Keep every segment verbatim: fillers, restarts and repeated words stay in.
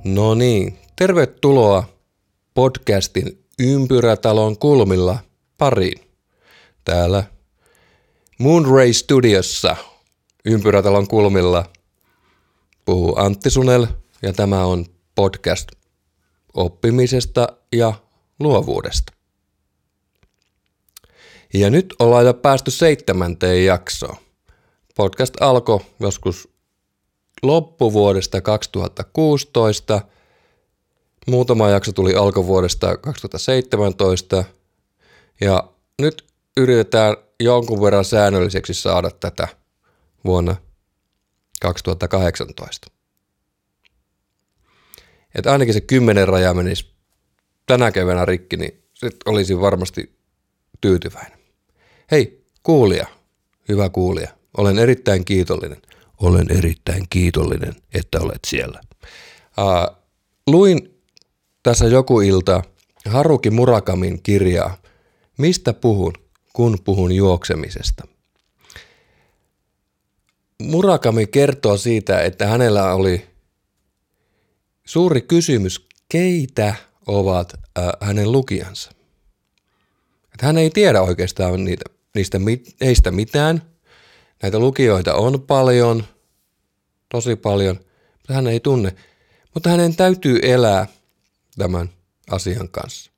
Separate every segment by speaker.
Speaker 1: No niin, tervetuloa podcastin Ympyrätalon kulmilla pariin. Täällä Moonray Studiossa Ympyrätalon kulmilla puhuu Antti Sunel ja tämä on podcast oppimisesta ja luovuudesta. Ja nyt ollaan jo päästy seitsemänteen jaksoon. Podcast alkoi joskus loppuvuodesta kaksituhattakuusitoista. Muutama jakso tuli alkuvuodesta kaksituhattaseitsemäntoista. Ja nyt yritetään jonkun verran säännölliseksi saada tätä vuonna kaksituhattakahdeksantoista. Että ainakin se kymmenen raja menisi tänä keväänä rikki, niin sit olisin varmasti tyytyväinen. Hei, kuulija, hyvä kuulija, olen erittäin kiitollinen. Olen erittäin kiitollinen, että olet siellä. Uh, luin tässä joku ilta Haruki Murakamin kirjaa Mistä puhun, kun puhun juoksemisesta. Murakami kertoo siitä, että hänellä oli suuri kysymys, keitä ovat uh, hänen lukijansa. Että hän ei tiedä oikeastaan niitä, niistä, heistä mitään. Näitä lukijoita on paljon, tosi paljon, mutta hän ei tunne. Mutta hänen täytyy elää tämän asian kanssa.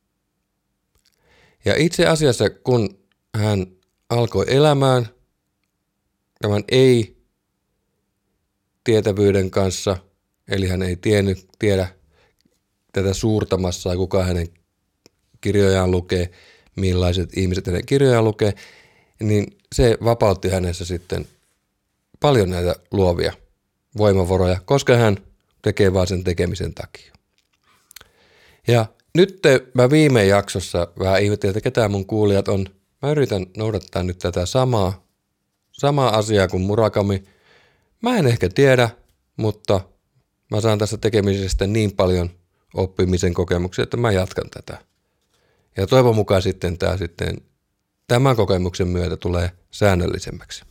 Speaker 1: Ja itse asiassa, kun hän alkoi elämään tämän ei-tietävyyden kanssa, eli hän ei tiennyt, tiedä tätä suurta massaa, kuka hänen kirjojaan lukee, millaiset ihmiset hänen kirjojaan lukee, niin se vapautti hänessä sitten paljon näitä luovia voimavaroja, koska hän tekee vaan sen tekemisen takia. Ja nyt mä viime jaksossa vähän ihmettelin, että ketä mun kuulijat on. Mä yritän noudattaa nyt tätä samaa, samaa asiaa kuin Murakami. Mä en ehkä tiedä, mutta mä saan tässä tekemisestä niin paljon oppimisen kokemuksia, että mä jatkan tätä. Ja toivon mukaan sitten tämä sitten tämän kokemuksen myötä tulee säännöllisemmäksi.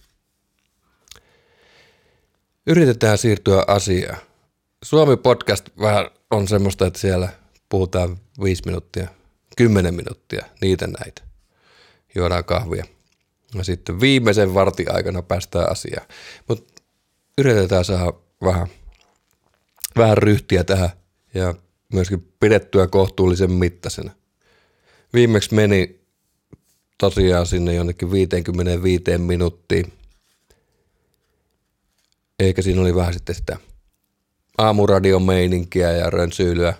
Speaker 1: Yritetään siirtyä asiaan. Suomi-podcast vähän on semmoista, että siellä puhutaan viisi minuuttia, kymmenen minuuttia, niitä näitä. Juodaan kahvia. Ja sitten viimeisen vartin aikana päästään asiaan. Mutta yritetään saada vähän, vähän ryhtiä tähän ja myöskin pidettyä kohtuullisen mittaisena. Viimeksi meni tosiaan sinne jonnekin viisikymmentäviisi minuuttiin. Eikä siinä oli vähän sitten sitä aamuradiomeininkiä ja rönsyilyä.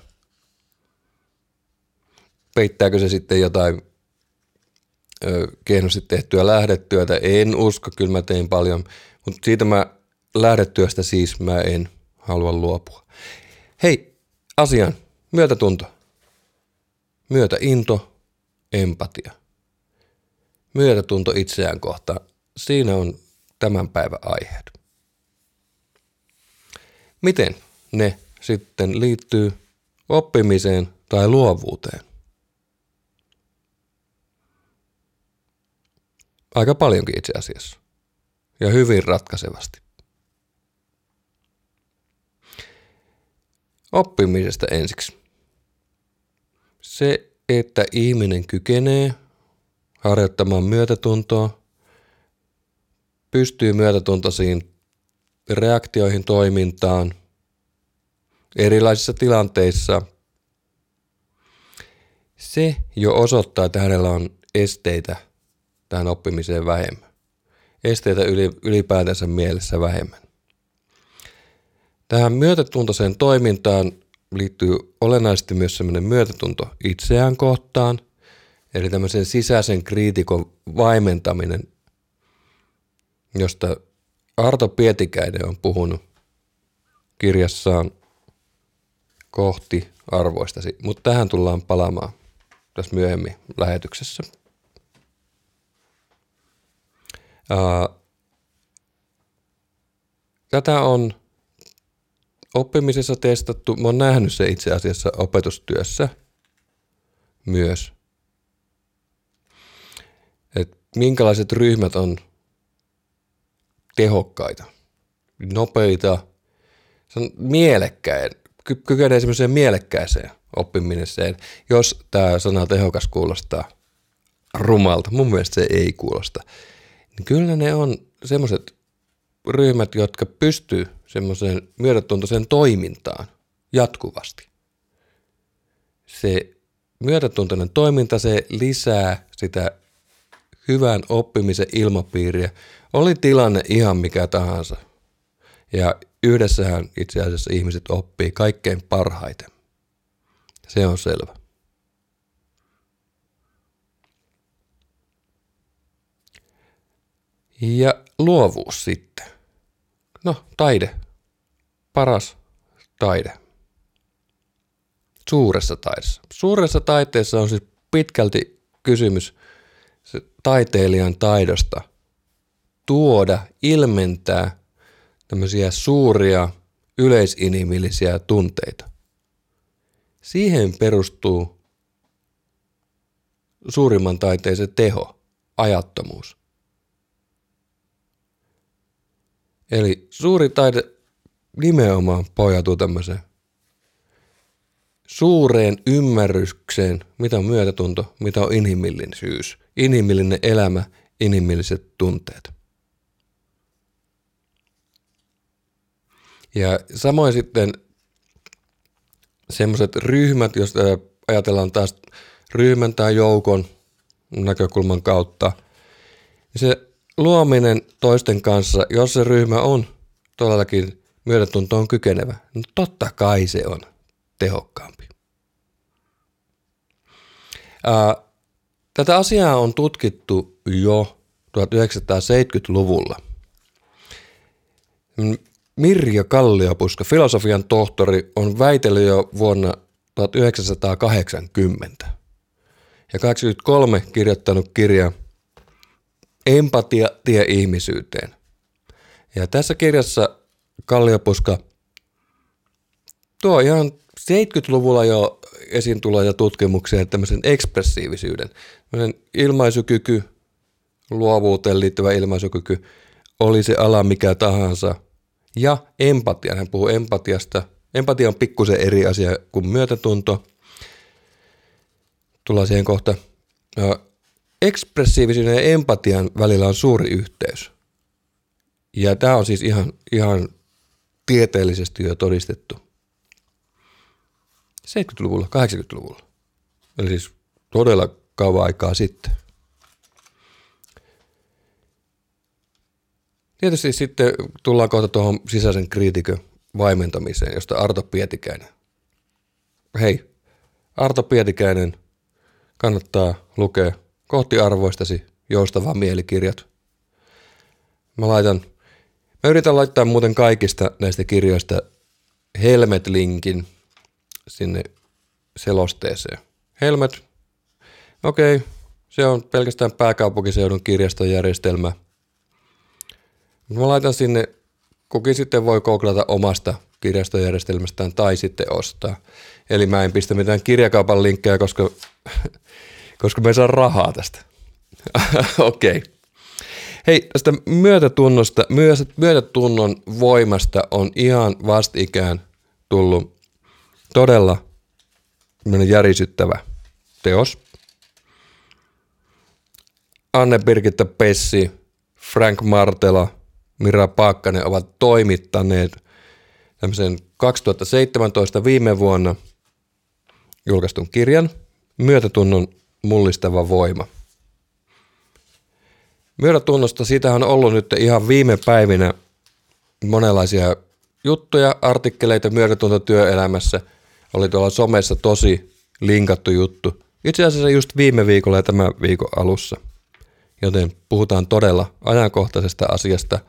Speaker 1: Peittääkö se sitten jotain ö, kehnosti tehtyä lähdetyötä? En usko, kyllä mä tein paljon. Mutta siitä mä lähdetyöstä siis mä en halua luopua. Hei, asian, myötätunto. Myötäinto, empatia. Myötätunto itseään kohtaan. Siinä on tämän päivän aiheet. Miten ne sitten liittyy oppimiseen tai luovuuteen? Aika paljonkin itse asiassa. Ja hyvin ratkaisevasti. Oppimisesta ensiksi. Se, että ihminen kykenee harjoittamaan myötätuntoa, pystyy myötätuntoisiin reaktioihin, toimintaan, erilaisissa tilanteissa. Se jo osoittaa, että hänellä on esteitä tähän oppimiseen vähemmän. Esteitä ylipäätänsä mielessä vähemmän. Tähän myötätuntoiseen toimintaan liittyy olennaisesti myös sellainen myötätunto itseään kohtaan, eli tämmöisen sisäisen kriitikon vaimentaminen, josta Arto Pietikäinen on puhunut kirjassaan Kohti arvoistasi, mutta tähän tullaan palaamaan tässä myöhemmin lähetyksessä. Tätä on oppimisessa testattu. Mä oon nähnyt se itse asiassa opetustyössä myös. Et minkälaiset ryhmät on tehokkaita, nopeita, se on mielekkäin ky- kykenee semmoiseen mielekkääseen oppimiseen, jos tämä sana tehokas kuulostaa rumalta. Mun mielestä se ei kuulosta. Niin kyllä ne on semmoiset ryhmät, jotka pystyy semmoiseen myötätuntoiseen toimintaan jatkuvasti. Se myötätuntoinen toiminta, se lisää sitä hyvän oppimisen ilmapiiriä. Oli tilanne ihan mikä tahansa. Ja yhdessähän itse asiassa ihmiset oppii kaikkein parhaiten. Se on selvä. Ja luovuus sitten. No, taide. Paras taide. Suuressa taiteessa. Suuressa taiteessa on siis pitkälti kysymys se taiteilijan taidosta tuoda, ilmentää tämmöisiä suuria yleisinhimillisiä tunteita. Siihen perustuu suurimman taiteen se teho, ajattomuus. Eli suuri taide nimenomaan pohjautuu tämmöiseen suureen ymmärrykseen, mitä on myötätunto, mitä on inhimillisyys, inhimillinen elämä, inhimilliset tunteet. Ja samoin sitten semmoiset ryhmät, jos ajatellaan taas ryhmän tai joukon näkökulman kautta, niin se luominen toisten kanssa, jos se ryhmä on todellakin myötätuntoon kykenevä, niin totta kai se on tehokkaampi. Ää, tätä asiaa on tutkittu jo tuhatyhdeksänsataaseitsemänkymmentäluvulla. Mirja Kalliopuska, filosofian tohtori, on väitellyt jo vuonna tuhatyhdeksänsataakahdeksankymmentä ja kahdeksankymmentäkolme kirjoittanut kirja Empatia tie ihmisyyteen. Ja tässä kirjassa Kalliopuska tuo ihan seitsemänkymmentäluvulla jo esiin tuloja tutkimuksia tämmöisen ekspressiivisyyden, tämmöisen ilmaisukyky, luovuuteen liittyvä ilmaisukyky, oli se ala mikä tahansa, ja empatia, hän puhuu empatiasta. Empatia on pikkusen eri asia kuin myötätunto. Tullaan siihen kohta. Ekspressiivisen ja empatian välillä on suuri yhteys. Ja tämä on siis ihan, ihan tieteellisesti jo todistettu. seitsemänkymmentäluvulla, kahdeksankymmentäluvulla. Eli siis todella kauan aikaa sitten. Tietysti sitten tullaan kohta tuohon sisäisen kriitikön vaimentamiseen, josta Arto Pietikäinen. Hei, Arto Pietikäinen kannattaa lukea Kohti arvoistasi joustava mielikirjat. Mä laitan, mä yritän laittaa muuten kaikista näistä kirjoista Helmet-linkin sinne selosteeseen. Helmet, okei, okay, se on pelkästään pääkaupunkiseudun kirjastojärjestelmä. Mä laitan sinne, kukin sitten voi googlata omasta kirjastojärjestelmästään tai sitten ostaa. Eli mä en pistä mitään kirjakaupan linkkejä, koska, koska me ei saa rahaa tästä. Okei. Okay. Hei, tästä myötätunnosta, myötätunnon voimasta on ihan vastikään tullut todella järisyttävä teos. Anne-Birgitta Pessi, Frank Martela, Mira Paakkanen ovat toimittaneet tämmöisen kaksituhattaseitsemäntoista viime vuonna julkaistun kirjan Myötätunnon mullistava voima. Myötätunnosta siitä on ollut nyt ihan viime päivinä monenlaisia juttuja, artikkeleita myötätuntotyöelämässä. Oli tuolla somessa tosi linkattu juttu. Itse asiassa just viime viikolla ja tämän viikon alussa. Joten puhutaan todella ajankohtaisesta asiasta.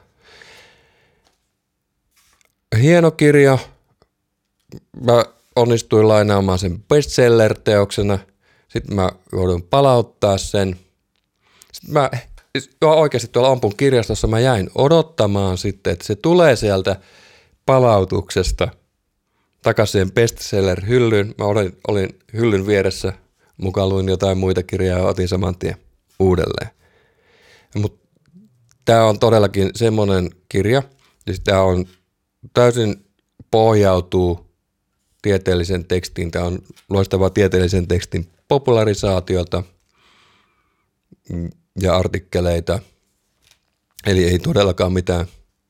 Speaker 1: Hieno kirja. Mä onnistuin lainaamaan sen bestseller-teoksena. Sitten mä joudun palauttaa sen. Sitten mä oikeasti tuolla Ampun kirjastossa mä jäin odottamaan sitten, että se tulee sieltä palautuksesta takaisin bestseller-hyllyyn. Mä olin, olin hyllyn vieressä, mukaan luin jotain muita kirjaa ja otin saman tien uudelleen. Mutta tämä on todellakin semmoinen kirja, siis tämä on täysin pohjautuu tieteellisen tekstin, tämä on loistavaa tieteellisen tekstin popularisaatiota ja artikkeleita, eli ei todellakaan mitään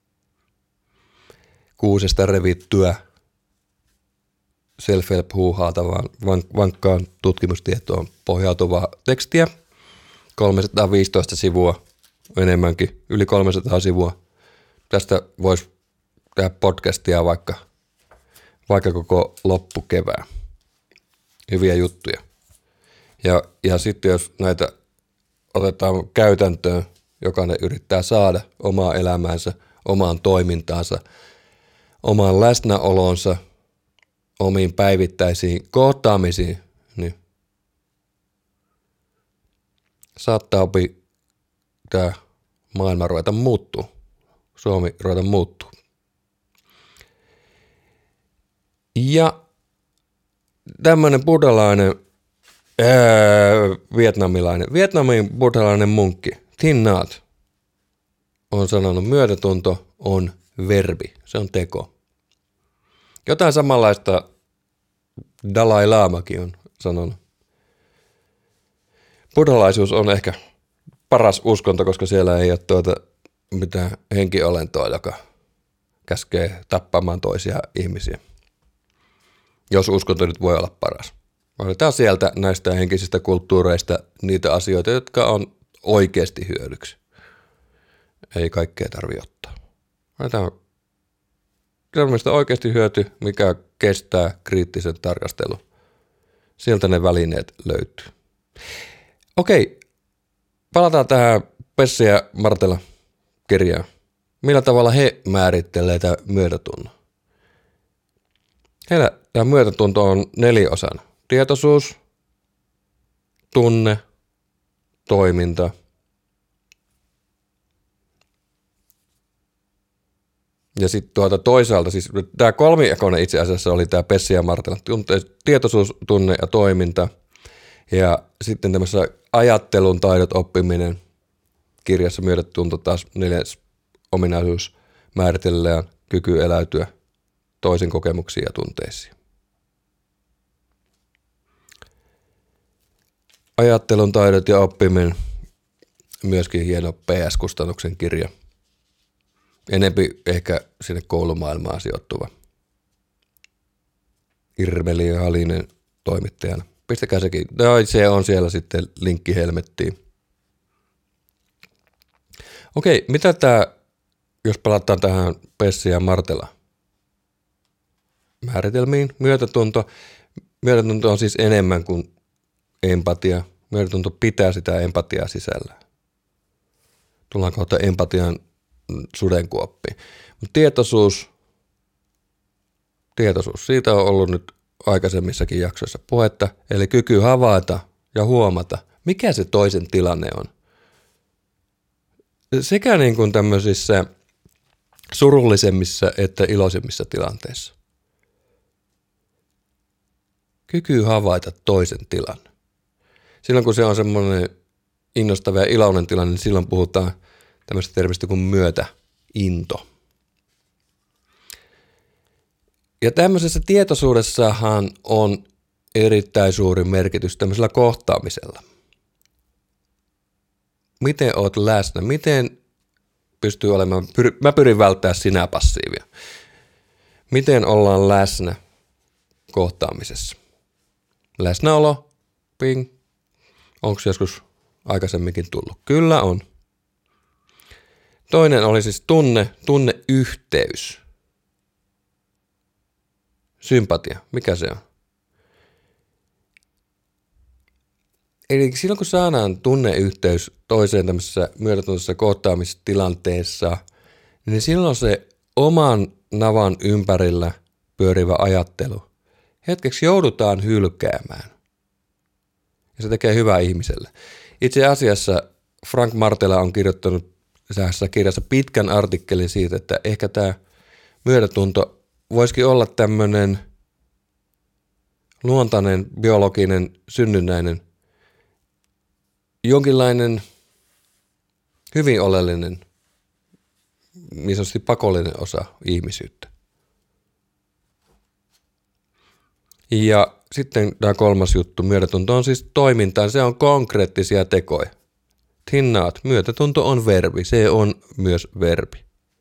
Speaker 1: kuusesta revittyä self-help-huuhaata, vaan vankkaan tutkimustietoon pohjautuvaa tekstiä, kolmesataaviisitoista sivua, enemmänkin, yli kolmesataa sivua. Tästä voisi tehdä podcastia vaikka, vaikka koko loppukevää. Hyviä juttuja. Ja, ja sitten jos näitä otetaan käytäntöön, jokainen yrittää saada omaa elämäänsä, omaan toimintaansa, omaan läsnäolonsa, omiin päivittäisiin kohtaamisiin, niin saattaa opi tämä maailma ruveta muuttuu. Suomi ruveta muuttuu. Ja tämmöinen buddhalainen, ää, vietnamilainen, vietnamin buddhalainen munkki, Thich Nhat, on sanonut, myötätunto on verbi, se on teko. Jotain samanlaista Dalai Lamakin on sanonut. Buddhalaisuus on ehkä paras uskonto, koska siellä ei ole tuota mitään henkiolentoa, joka käskee tappamaan toisia ihmisiä. Jos uskonto nyt voi olla paras. Otetaan sieltä näistä henkisistä kulttuureista niitä asioita, jotka on oikeasti hyödyksi. Ei kaikkea tarvitse ottaa. Otetaan sellaista oikeasti hyöty, mikä kestää kriittisen tarkastelun. Sieltä ne välineet löytyy. Okei, palataan tähän Pessi ja Martela kirjaan. Millä tavalla he määrittelee tämä myötätunnon? Heillä tämä myötätunto on neliosainen. Tietoisuus, tunne, toiminta. Ja sitten tuota toisaalta, siis tämä kolmijakoinen itse asiassa oli tämä Pessi ja Martela. Tietoisuus, tunne ja toiminta. Ja sitten tämmöisessä ajattelun taidot oppiminen kirjassa myötätunto taas neljäs ominaisuus määritellään kyky eläytyä toisen kokemuksiin ja tunteisiin. Ajattelun taidot ja oppiminen, myöskin hieno P S-kustannuksen kirja. Enempi ehkä sinne koulumaailmaan sijoittuva. Irmeli Halinen toimittajana. Pistäkää sekin. No, se on siellä sitten linkki helmettiin. Okei, mitä tämä, jos palataan tähän Pessi ja Martela määritelmiin, myötätunto. Myötätunto on siis enemmän kuin empatia. Myötätunto pitää sitä empatiaa sisällä. Tullaan kohta empatian sudenkuoppiin. Mutta tietoisuus, tietoisuus, siitä on ollut nyt aikaisemmissakin jaksoissa puhetta, eli kyky havaita ja huomata, mikä se toisen tilanne on. Sekä niin kuin tämmöisissä surullisemmissa että iloisemmissa tilanteissa. Kyky havaita toisen tilanne. Silloin kun se on semmoinen innostava ja iloinen tilanne, niin silloin puhutaan tämmöistä termistä kuin myötäinto. Ja tämmöisessä tietoisuudessahan on erittäin suuri merkitys tämmöisellä kohtaamisella. Miten oot läsnä? Miten pystyy olemaan, mä pyrin välttämään sinä passiivia. Miten ollaan läsnä kohtaamisessa? Läsnäolo, ping. Onko joskus aikaisemminkin tullut? Kyllä on. Toinen oli siis tunne, tunneyhteys. Sympatia, mikä se on? Eli silloin kun saadaan tunneyhteys toiseen tämmöisessä myötätuntoisessa kohtaamistilanteessa, niin silloin se oman navan ympärillä pyörivä ajattelu hetkeksi joudutaan hylkäämään. Ja se tekee hyvää ihmiselle. Itse asiassa Frank Martela on kirjoittanut tässä kirjassa pitkän artikkelin siitä, että ehkä tämä myötätunto voisikin olla tämmöinen luontainen, biologinen, synnynnäinen, jonkinlainen hyvin oleellinen, niin sanotusti pakollinen osa ihmisyyttä. Ja sitten tämä kolmas juttu, myötätunto on siis toimintaa, se on konkreettisia tekoja. Tinnaat, myötätunto on verbi, se on myös verbi.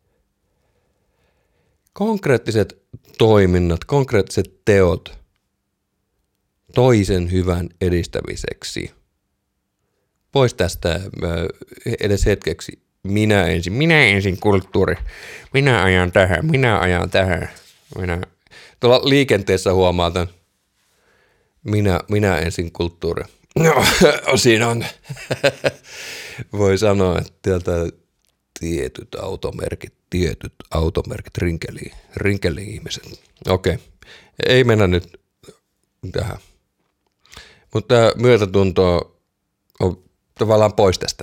Speaker 1: Konkreettiset toiminnat, konkreettiset teot toisen hyvän edistämiseksi. Pois tästä edes hetkeksi. Minä ensin, minä ensin kulttuuri. Minä ajan tähän, minä ajan tähän. Minä. Tuolla liikenteessä huomaa tämän. Minä, minä ensin kulttuuri. No, siinä on. Voi sanoa, että sieltä tietyt automerkit, tietyt automerkit rinkeliin, rinkeliin ihmiset. Okei, ei mennä nyt tähän. Mutta tämä myötätunto on tavallaan pois tästä.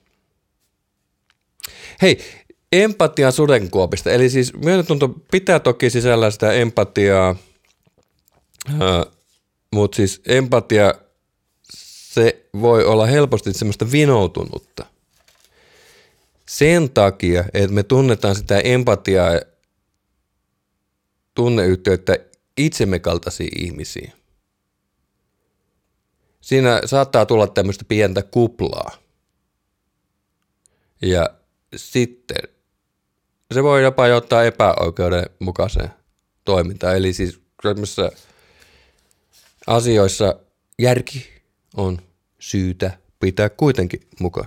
Speaker 1: Hei, empatia sudenkuopista. Eli siis myötätunto pitää toki sisällä sitä empatiaa, mutta siis empatia, se voi olla helposti semmoista vinoutunutta. Sen takia, että me tunnetaan sitä empatiaa ja tunneyhteyttä itsemme kaltaisiin ihmisiin. Siinä saattaa tulla tämmöistä pientä kuplaa. Ja sitten se voi jopa johtaa epäoikeudenmukaiseen toimintaan. Eli siis semmoisissa asioissa järki on syytä pitää kuitenkin mukana.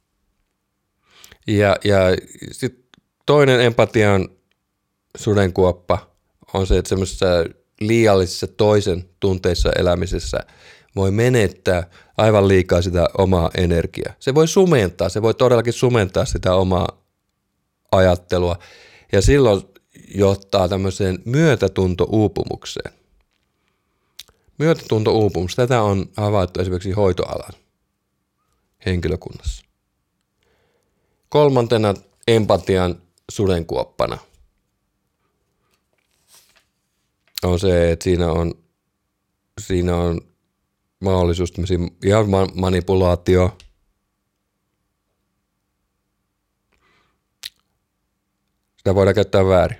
Speaker 1: Ja, ja sitten toinen empatian sudenkuoppa on se, että semmoisessa liiallisessa toisen tunteissa elämisessä voi menettää aivan liikaa sitä omaa energiaa. Se voi sumentaa, se voi todellakin sumentaa sitä omaa ajattelua ja silloin johtaa tämmöiseen myötätunto-uupumukseen. Myötätunto-uupumus, tätä on havaittu esimerkiksi hoitoalan henkilökunnassa. Kolmantena empatian sudenkuoppana on se, että siinä on, siinä on mahdollisuus ihan manipulaatio. Sitä voidaan käyttää väärin.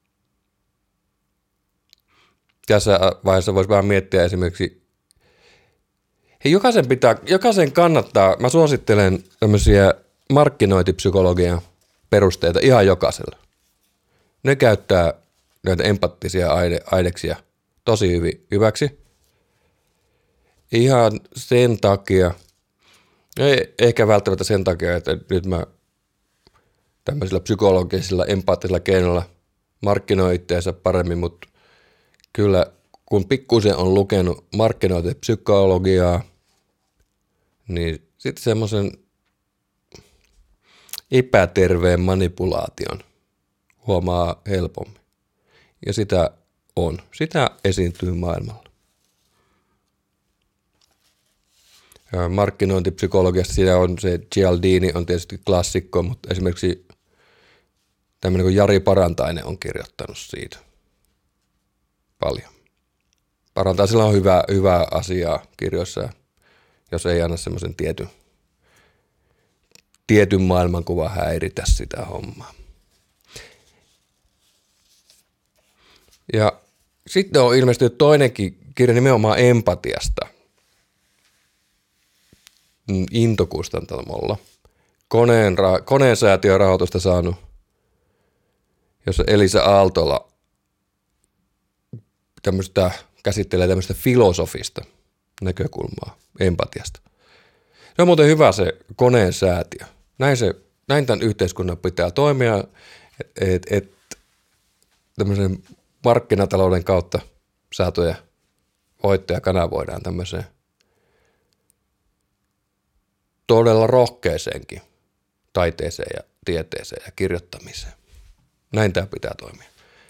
Speaker 1: Tässä vaiheessa voisi vähän miettiä esimerkiksi, hei, jokaisen, pitää, jokaisen kannattaa, mä suosittelen tämmöisiä markkinointipsykologian perusteita ihan jokaisella. Ne käyttää näitä empaattisia aide, aideksia tosi hyvin hyväksi. Ihan sen takia, ei ehkä välttämättä sen takia, että nyt mä tämmöisillä psykologisilla, empaattisilla keinoilla markkinoin itseänsä paremmin, mutta kyllä kun pikkuisen on lukenut markkinointipsykologiaa, niin sitten semmoisen epäterveen manipulaation huomaa helpommin. Ja sitä on. Sitä esiintyy maailmalla. Ja markkinointipsykologiasta siinä on se Cialdini on tietysti klassikko, mutta esimerkiksi tämmöinen kuin Jari Parantainen on kirjoittanut siitä paljon. Parantaisella on hyvä, hyvää asiaa kirjoissa, jos ei anna semmoisen tietyn, tietyn maailmankuvan häiritä sitä hommaa. Ja sitten on ilmestynyt toinenkin kirja nimenomaan empatiasta. Intokustantamolla. Koneen, ra- koneen säätiön rahoitusta saanut, jossa Elisa Aaltola tämmöistä, käsittelee tämmöistä filosofista näkökulmaa empatiasta. Se on muuten hyvä se koneen säätiö. Näin, se, näin tämän yhteiskunnan pitää toimia, että et, tämmöisen markkinatalouden kautta saatuja voittoja kanavoidaan tämmöiseen todella rohkeeseenkin taiteeseen ja tieteeseen ja kirjoittamiseen. Näin tämä pitää toimia.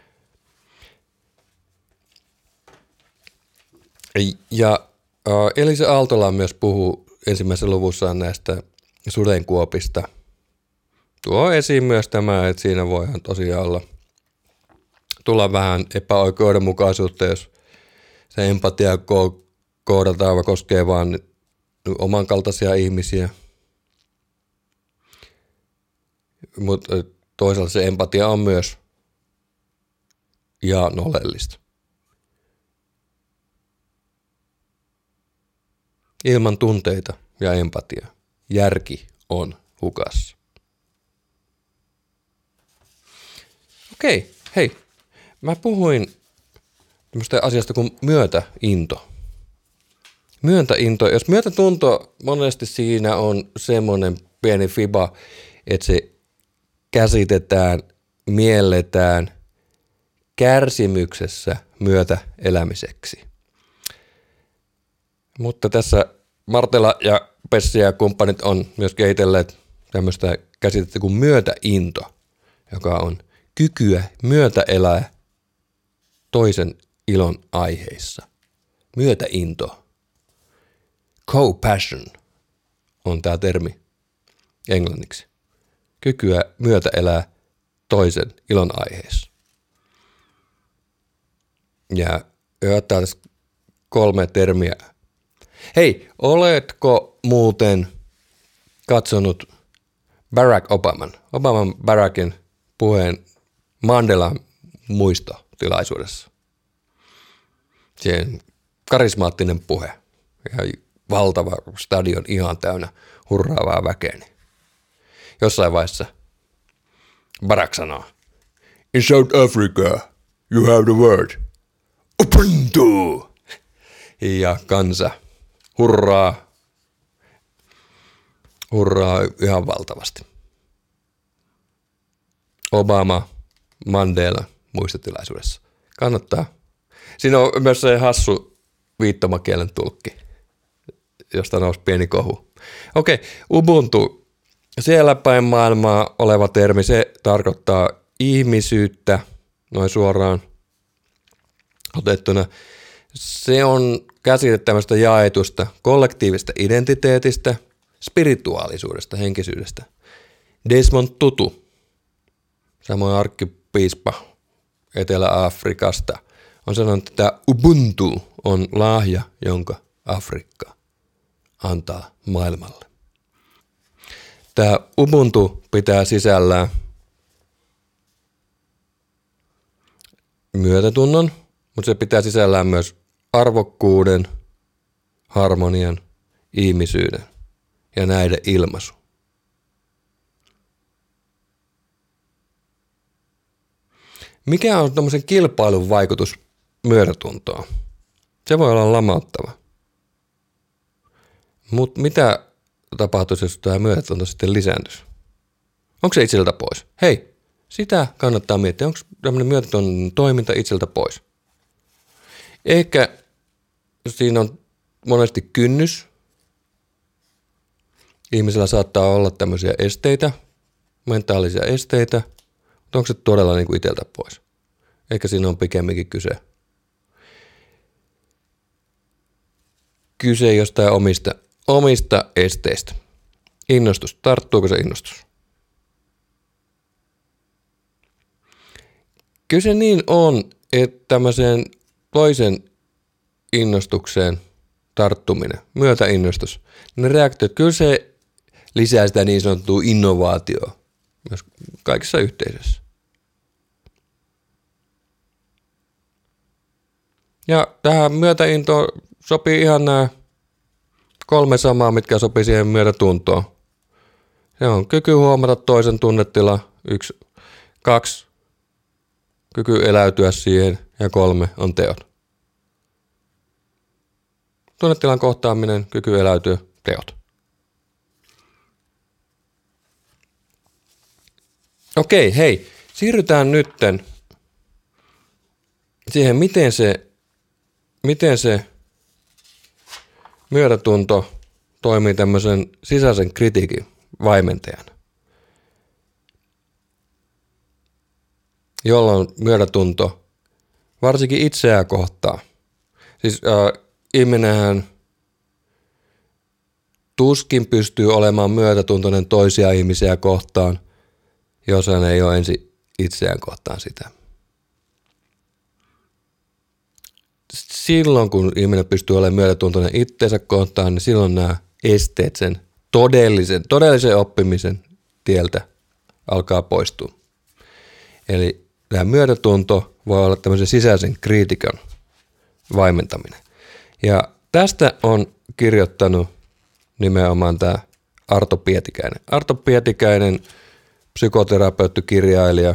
Speaker 1: Ja Elisa Aaltola myös puhuu ensimmäisessä luvussaan näistä sudenkuopista. Tuo esiin myös tämä, että siinä voihan tosiaan olla, tulla vähän epäoikeudenmukaisuutta, jos se empatia ko- koodataan vai koskee vaan oman kaltaisia ihmisiä. Mutta toisaalta se empatia on myös ihan oleellista. ilman tunteita ja empatiaa. Järki on hukassa. Okei, hei. Mä puhuin tämmöistä asiasta kuin myötäinto. Myötäinto, jos myötätunto, monesti siinä on semmoinen pieni fiba, että se käsitetään, mielletään kärsimyksessä myötäelämiseksi. Mutta tässä Martela ja Pessi ja kumppanit on myös kehitelleet tämmöistä käsitettä kuin myötäinto, joka on kykyä myötäelää toisen ilon aiheissa. Myötäinto. Co-passion on tämä termi englanniksi. Kykyä myötäelää toisen ilon aiheissa. Ja ottaa tässä kolme termiä. Hei, oletko muuten katsonut Barack Obaman, Obaman Barackin puheen Mandelan muistotilaisuudessa? Siihen karismaattinen puhe ja valtava stadion ihan täynnä hurraavaa väkeä. Jossain vaiheessa Barack sanoo, "In South Africa you have the word Ubuntu." Ja kansa hurraa, hurraa ihan valtavasti. Obama, Mandela muistotilaisuudessa. Kannattaa. Siinä on myös se hassu viittomakielen tulkki, josta nousi pieni kohu. Okei, Ubuntu. Siellä päin maailmaa oleva termi, se tarkoittaa ihmisyyttä, noin suoraan otettuna. Se on käsite tämmöistä jaetusta kollektiivista identiteetistä, spirituaalisuudesta, henkisyydestä. Desmond Tutu, samoin arkkipiispa Etelä-Afrikasta, on sanonut, että Ubuntu on lahja, jonka Afrikka antaa maailmalle. Tämä Ubuntu pitää sisällään myötätunnon, mutta se pitää sisällään myös arvokkuuden, harmonian, ihmisyyden ja näiden ilmaisu. Mikä on tämmöisen kilpailun vaikutus myötätuntoon? Se voi olla lamauttava. Mutta mitä tapahtuisi, jos tämä myötätunto sitten lisääntyisi? Onko se itseltä pois? Hei, sitä kannattaa miettiä. Onko tämmöinen myötätunnon toiminta itseltä pois? Ehkä siinä on monesti kynnys. Ihmisellä saattaa olla tämmöisiä esteitä, mentaalisia esteitä, mutta onko se todella niin kuin itseltä pois? Ehkä siinä on pikemminkin kyse. Kyse jostain omista, omista esteistä. Innostus. Tarttuuko se innostus? Kyse niin on, että tämmöiseen toisen innostukseen tarttuminen, myötäinnostus, ne reaktiot, kyllä se lisää sitä niin sanottua innovaatioa myös kaikissa yhteisöissä. Ja tähän myötäintoon sopii ihan nämä kolme samaa, mitkä sopii siihen myötätuntoon. Se on kyky huomata toisen tunnetila, yksi, kaksi, kyky eläytyä siihen ja kolme on teot. Tunnetilan kohtaaminen, kyky eläytyä, teot. Okei, hei, siirrytään nytten siihen, miten se, miten se myötätunto toimii tämmöisen sisäisen kritiikin vaimentajana, jolloin myötätunto varsinkin itseään kohtaa. Siis äh, ihminenhän tuskin pystyy olemaan myötätuntoinen toisia ihmisiä kohtaan, jos hän ei ole ensin itseään kohtaan sitä. Silloin kun ihminen pystyy olemaan myötätuntoinen itseensä kohtaan, niin silloin nämä esteet sen todellisen, todellisen oppimisen tieltä alkaa poistua. Eli tämä myötätunto voi olla tämmöisen sisäisen kriitikon vaimentaminen. Ja tästä on kirjoittanut nimenomaan tämä Arto Pietikäinen. Arto Pietikäinen, psykoterapeutti, kirjailija,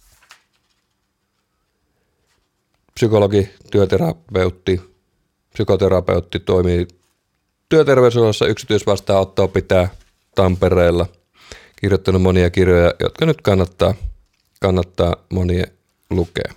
Speaker 1: psykologi, työterapeutti, psykoterapeutti, toimii työterveyshuollossa, yksityisvastaanottoa pitää Tampereella. Kirjoittanut monia kirjoja, jotka nyt kannattaa, kannattaa monien lukea.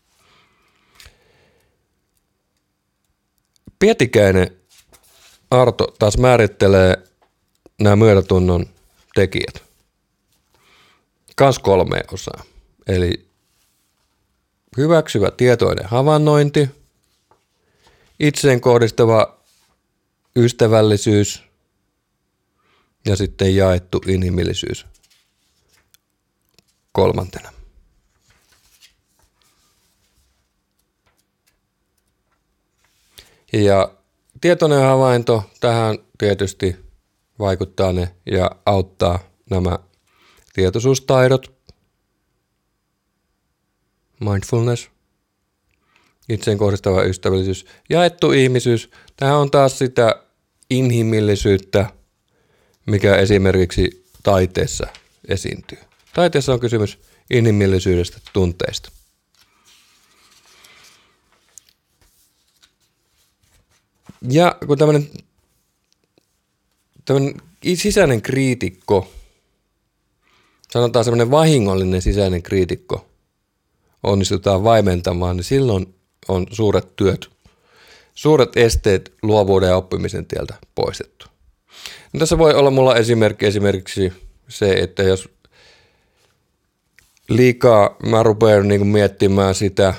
Speaker 1: Pietikäinen Arto taas määrittelee nämä myötätunnon tekijät. Kans kolmeen osaa. Eli hyväksyvä tietoinen havainnointi, itseen kohdistava ystävällisyys ja sitten jaettu inhimillisyys kolmantena. Ja tietoinen havainto tähän tietysti vaikuttaa ne ja auttaa nämä tietoisuustaidot, mindfulness, itseen kohdistava ystävällisyys, jaettu ihmisyys. Tämä on taas sitä inhimillisyyttä, mikä esimerkiksi taiteessa esiintyy. Taiteessa on kysymys inhimillisyydestä, tunteista. Ja kun tämmöinen, tämmöinen sisäinen kriitikko, sanotaan semmoinen vahingollinen sisäinen kriitikko, onnistutaan vaimentamaan, niin silloin on suuret työt, suuret esteet luovuuden ja oppimisen tieltä poistettu. No tässä voi olla mulla esimerkki esimerkiksi se, että jos liikaa mä rupean niin kuin miettimään sitä,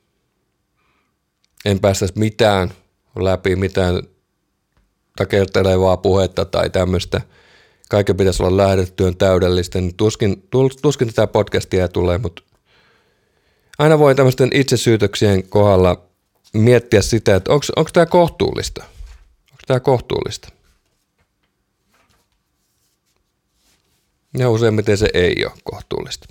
Speaker 1: en päästäisi mitään läpi, mitään takertelevaa puhetta tai tämmöistä, kaiken pitäisi olla lähdetyön täydellistä, niin tuskin, tuskin tätä podcastia tulee, mutta aina voi tämmöisten itsesyytöksien kohdalla miettiä sitä, että onko, onko tämä kohtuullista? Onko tämä kohtuullista? Ja useimmiten se ei ole kohtuullista.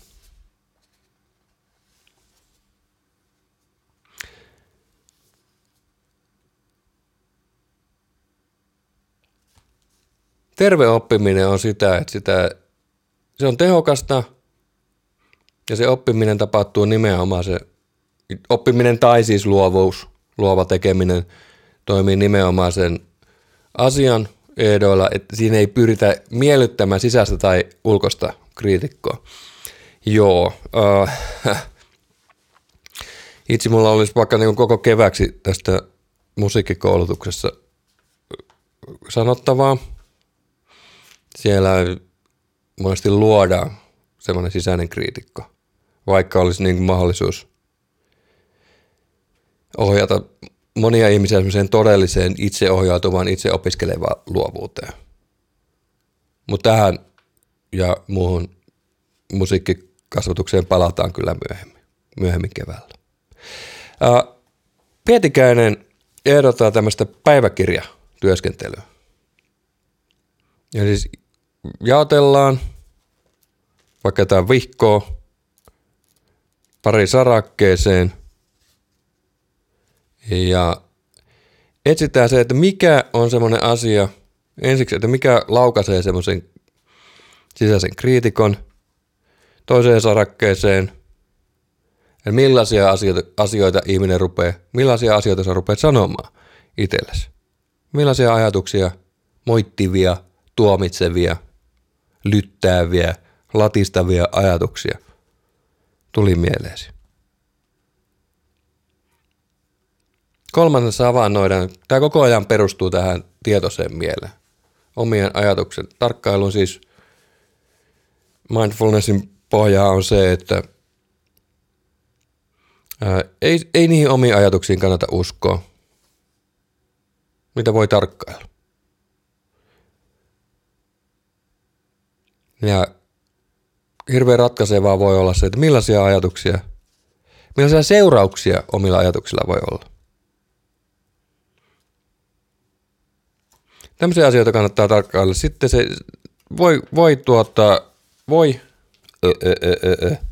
Speaker 1: Terve oppiminen on sitä, että sitä, se on tehokasta ja se oppiminen tapahtuu nimenomaan se oppiminen tai siis luovuus, luova tekeminen toimii nimenomaan sen asian ehdoilla, että siinä ei pyritä miellyttämään sisäistä tai ulkoista kriitikkoa. Joo. Äh, itse mulla olisi vaikka niin koko keväksi tästä musiikkikoulutuksessa sanottavaa. Siellä monesti luodaan semmoinen sisäinen kriitikko, vaikka olisi niin kuin mahdollisuus ohjata monia ihmisiä semmoiseen todelliseen itseohjautuvaan, itse opiskelevaan luovuuteen. Mutta tähän ja muuhun musiikkikasvatukseen palataan kyllä myöhemmin, myöhemmin keväällä. Ää, Pietikäinen ehdottaa tämmöistä päiväkirjatyöskentelyä. Ja siis jaotellaan vaikka jotain vihkoa pari sarakkeeseen ja etsitään se, että mikä on semmoinen asia, ensiksi, että mikä laukaisee semmoisen sisäisen kriitikon toiseen sarakkeeseen, ja millaisia asioita, asioita ihminen rupeaa, millaisia asioita sä rupeat sanomaan itsellesi, millaisia ajatuksia, moittivia, tuomitsevia, lyttääviä, latistavia ajatuksia tuli mieleesi. Kolmannessa havainnoidaan, tämä koko ajan perustuu tähän tietoiseen mieleen. Omien ajatuksen tarkkailuun siis mindfulnessin pohjaa on se, että ää, ei, ei niihin omiin ajatuksiin kannata uskoa, mitä voi tarkkailla. Ja hirveän ratkaisevaa voi olla se, että millaisia ajatuksia, millaisia seurauksia omilla ajatuksilla voi olla. Tämmöisiä asioita kannattaa tarkkailla. Sitten se voi, voi tuottaa, voi, ö, ö, ö, ö,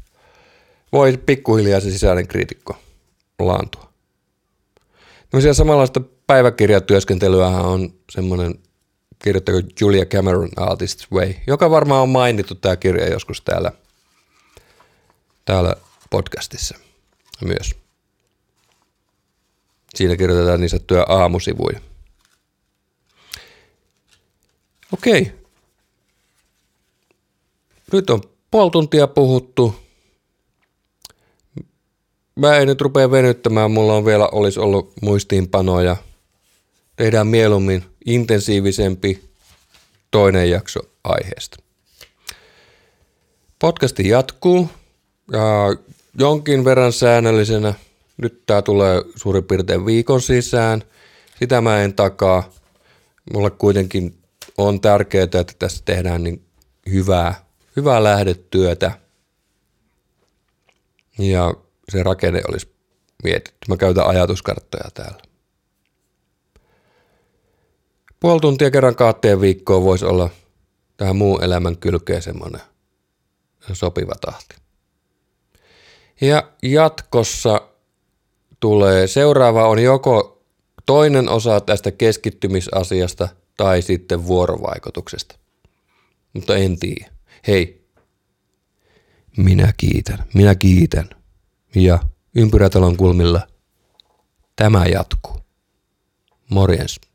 Speaker 1: voi pikkuhiljaa se sisäinen kriitikko laantua. Tämmöisiä samanlaista päiväkirjatyöskentelyähän on semmoinen kirjoittaja kuin Julia Cameron Artist's Way, joka varmaan on mainittu tämä kirja joskus täällä, täällä podcastissa myös. Siinä kirjoitetaan niin sanottuja aamusivuja. Okei. Nyt on puoli tuntia puhuttu. Mä en nyt rupea venyttämään, mulla on vielä olisi ollut muistiinpanoja. Tehdään mieluummin intensiivisempi toinen jakso aiheesta. Podcasti jatkuu ja jonkin verran säännöllisenä. Nyt tää tulee suurin piirtein viikon sisään. Sitä mä en takaa. Mulle kuitenkin on tärkeää, että tässä tehdään niin hyvää, hyvää lähdetyötä. Ja se rakenne olisi mietitty. Mä käytän ajatuskarttoja täällä. Puoli tuntia kerran kahteen viikkoon voisi olla tähän muun elämän kylkeen semmoinen sopiva tahti. Ja jatkossa tulee, seuraava on joko toinen osa tästä keskittymisasiasta tai sitten vuorovaikutuksesta. Mutta en tiedä. Hei, minä kiitän, minä kiitän. Ja Ympyrätalon kulmilla tämä jatkuu. Morjens.